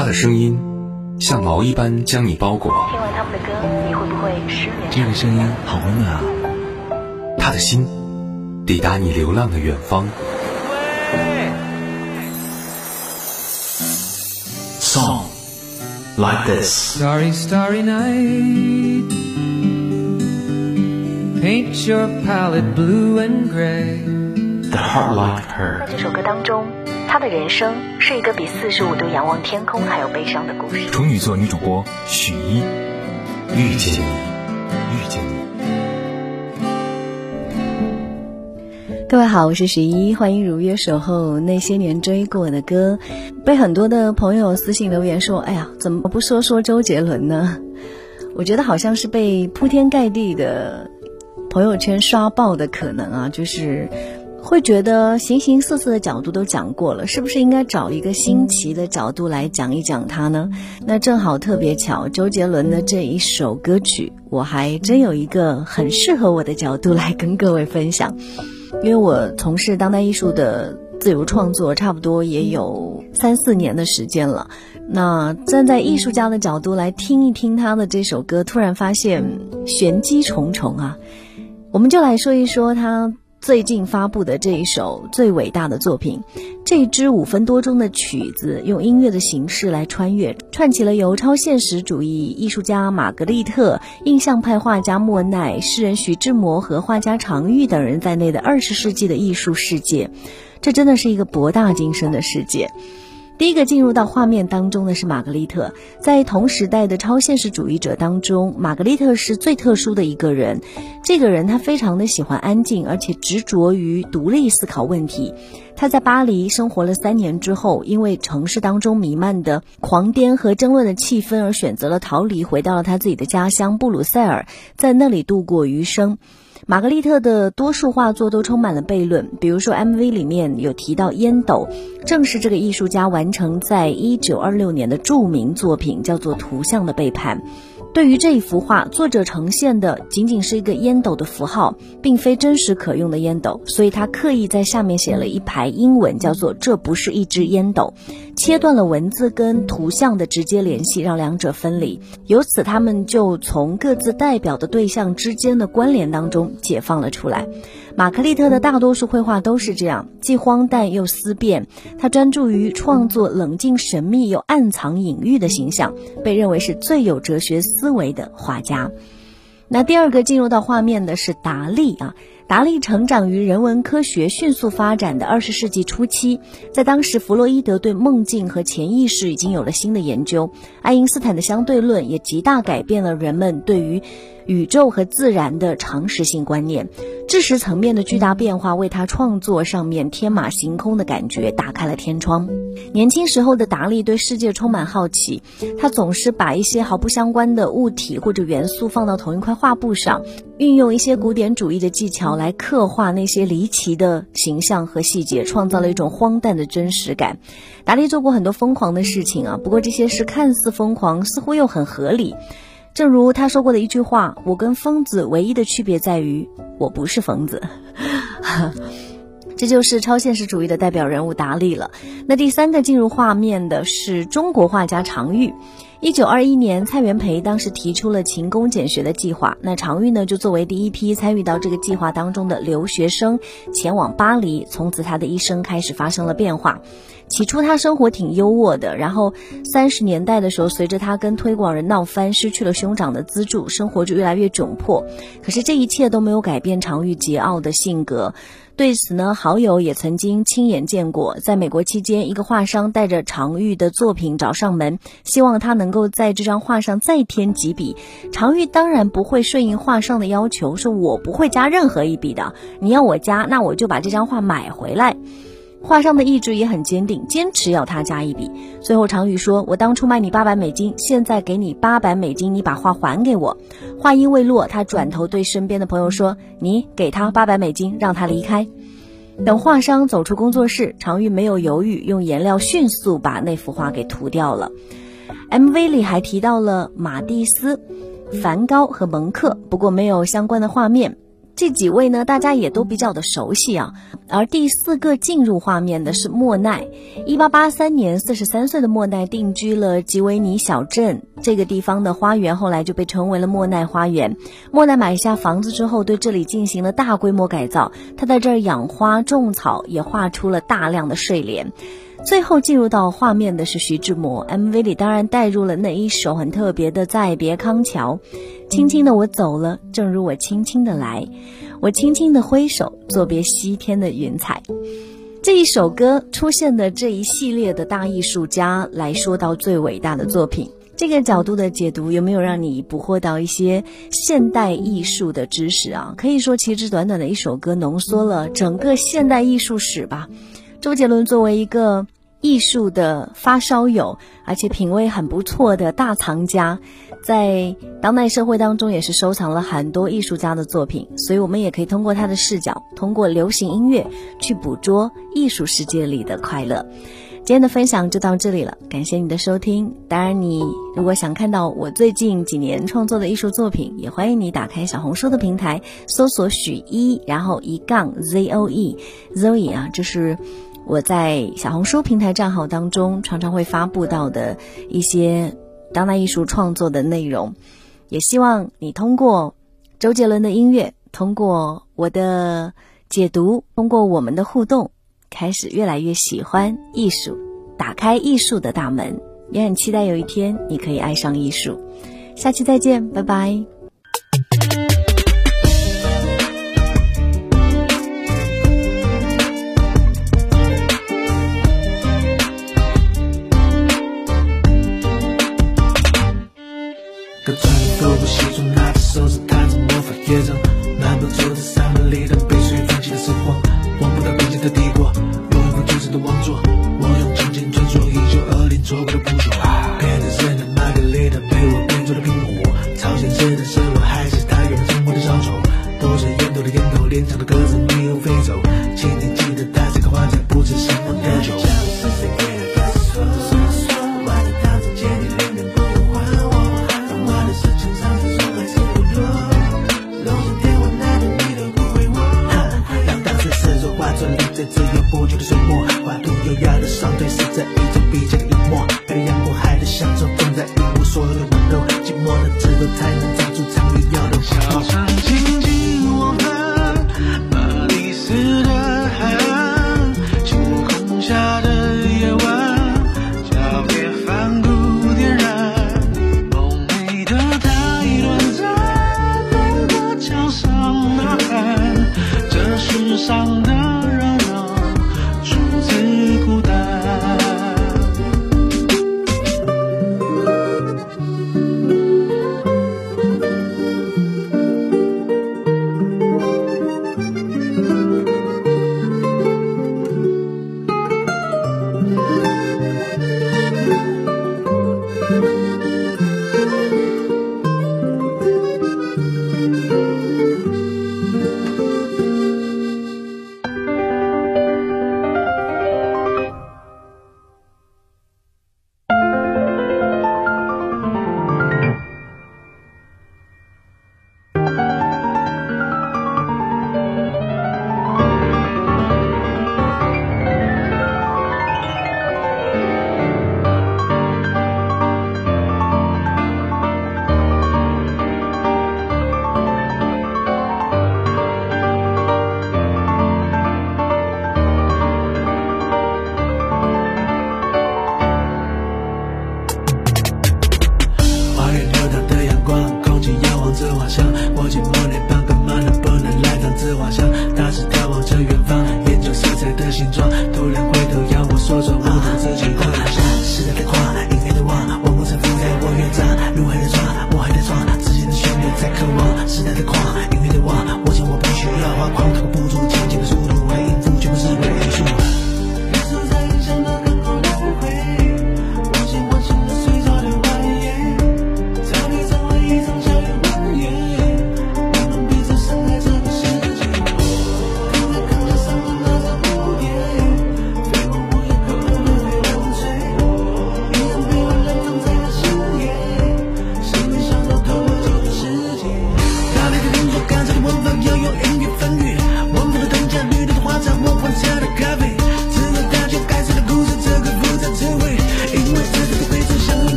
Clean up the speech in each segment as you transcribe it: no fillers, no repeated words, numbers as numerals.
他的声音像毛衣般将你包裹， 听完他们的歌，你会不会失眠？ 这个声音好温暖啊。 他的心抵达你流浪的远方。 Song like this. Starry, starry night. Paint your palette blue and gray. The heart like 在 her. 这首歌当中，他的人生是一个比45度仰望天空还要悲伤的故事。 处女座女主播许一， 遇见你，遇见你。 各位好，我是许一，欢迎如约守候那些年追过的歌。被很多的朋友私信留言说，哎呀，怎么不说说周杰伦呢？我觉得好像是被铺天盖地的朋友圈刷爆的可能啊，就是会觉得形形色色的角度都讲过了，是不是应该找一个新奇的角度来讲一讲它呢？那正好特别巧，周杰伦的这一首歌曲，我还真有一个很适合我的角度来跟各位分享。因为我从事当代艺术的自由创作差不多也有3-4年的时间了，那站在艺术家的角度来听一听他的这首歌，突然发现玄机重重啊。我们就来说一说他最近发布的这一首最伟大的作品，这支5分多钟的曲子用音乐的形式来穿越，串起了由超现实主义艺术家玛格丽特、印象派画家莫奈、诗人徐志摩和画家常玉等人在内的20世纪的艺术世界。这真的是一个博大精深的世界。第一个进入到画面当中的是玛格丽特，在同时代的超现实主义者当中，玛格丽特是最特殊的一个人。这个人他非常的喜欢安静，而且执着于独立思考问题。他在巴黎生活了3年之后，因为城市当中弥漫的狂癫和争论的气氛而选择了逃离，回到了他自己的家乡布鲁塞尔，在那里度过余生。玛格丽特的多数画作都充满了悖论，比如说 MV 里面有提到烟斗，正是这个艺术家完成在1926年的著名作品，叫做《图像的背叛》。对于这一幅画，作者呈现的仅仅是一个烟斗的符号，并非真实可用的烟斗，所以他刻意在下面写了一排英文，叫做这不是一只烟斗，切断了文字跟图像的直接联系，让两者分离，由此他们就从各自代表的对象之间的关联当中解放了出来。玛格丽特的大多数绘画都是这样，既荒诞又思辨，他专注于创作冷静神秘又暗藏隐喻的形象，被认为是最有哲学思维的画家。那第二个进入到画面的是达利啊。达利成长于人文科学迅速发展的20世纪初期，在当时弗洛伊德对梦境和潜意识已经有了新的研究，爱因斯坦的相对论也极大改变了人们对于宇宙和自然的常识性观念，知识层面的巨大变化为他创作上面天马行空的感觉打开了天窗。年轻时候的达利对世界充满好奇，他总是把一些毫不相关的物体或者元素放到同一块画布上，运用一些古典主义的技巧来刻画那些离奇的形象和细节，创造了一种荒诞的真实感。达利做过很多疯狂的事情啊，不过这些事看似疯狂，似乎又很合理。正如他说过的一句话，我跟疯子唯一的区别在于我不是疯子。这就是超现实主义的代表人物达利了。那第三个进入画面的是中国画家常玉。1921年，蔡元培当时提出了勤工俭学的计划，那常玉呢就作为第一批参与到这个计划当中的留学生前往巴黎，从此他的一生开始发生了变化。起初他生活挺优渥的，然后30年代的时候，随着他跟推广人闹翻，失去了兄长的资助，生活就越来越窘迫。可是这一切都没有改变常玉桀骜的性格。对此呢，好友也曾经亲眼见过，在美国期间，一个画商带着常玉的作品找上门，希望他能够在这张画上再添几笔。常玉当然不会顺应画商的要求，说我不会加任何一笔的，你要我加，那我就把这张画买回来。画商的意志也很坚定，坚持要他加一笔。最后常玉说，我当初卖你800美金，现在给你800美金，你把画还给我。话音未落，他转头对身边的朋友说，你给他800美金，让他离开。等画商走出工作室，常玉没有犹豫，用颜料迅速把那幅画给涂掉了。MV 里还提到了马蒂斯、梵高和蒙克，不过没有相关的画面。 这几位呢，大家也都比较的熟悉啊。而第4个进入画面的是莫奈。1883年，43岁的莫奈定居了吉维尼小镇，这个地方的花园后来就被称为了莫奈花园。莫奈买下房子之后，对这里进行了大规模改造，他在这儿养花种草，也画出了大量的睡莲。最后进入到画面的是徐志摩， MV 里当然带入了那一首很特别的《再别康桥》。轻轻的我走了，正如我轻轻的来，我轻轻的挥手，作别西天的云彩。这一首歌出现的这一系列的大艺术家来说到最伟大的作品，这个角度的解读有没有让你捕获到一些现代艺术的知识啊？可以说其实短短的一首歌浓缩了整个现代艺术史吧。周杰伦作为一个艺术的发烧友，而且品味很不错的大藏家，在当代社会当中也是收藏了很多艺术家的作品，所以我们也可以通过他的视角，通过流行音乐去捕捉艺术世界里的快乐。今天的分享就到这里了，感谢你的收听。当然你如果想看到我最近几年创作的艺术作品，也欢迎你打开小红书的平台，搜索许一，然后1-ZOE Zoe 啊，这是我在小红书平台账号当中常常会发布到的一些当代艺术创作的内容。也希望你通过周杰伦的音乐，通过我的解读，通过我们的互动，开始越来越喜欢艺术，打开艺术的大门。也很期待有一天你可以爱上艺术。下期再见，拜拜。 个穿着复古西装，拿着手指弹着魔法乐章，漫步走在山门里的被岁月放弃的时光，望不到边界的帝国，永远不停止的王座。我用金钱追逐1920错过的不朽，遍地森的玛格丽特被我变做了苹果，朝鲜吃的是我还是他原本生活的小丑，都是烟斗的烟头，连长的鸽子没有飞走，请你记得带这个花在不知什么的酒。自由不久的水墨，画图优雅的双腿是这一种笔尖的隐没，配着阳光海的享受，总在一无所有的温柔，寂寞的枝头才能长出长远要的花。小城静静我们巴黎市的海岸，星空下的夜晚，叫别梵谷点燃，梦寐的太短暂，能过桥上呐喊，这世上的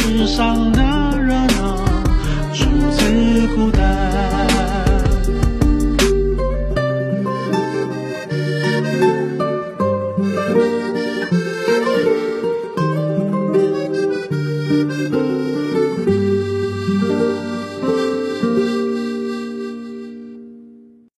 世上的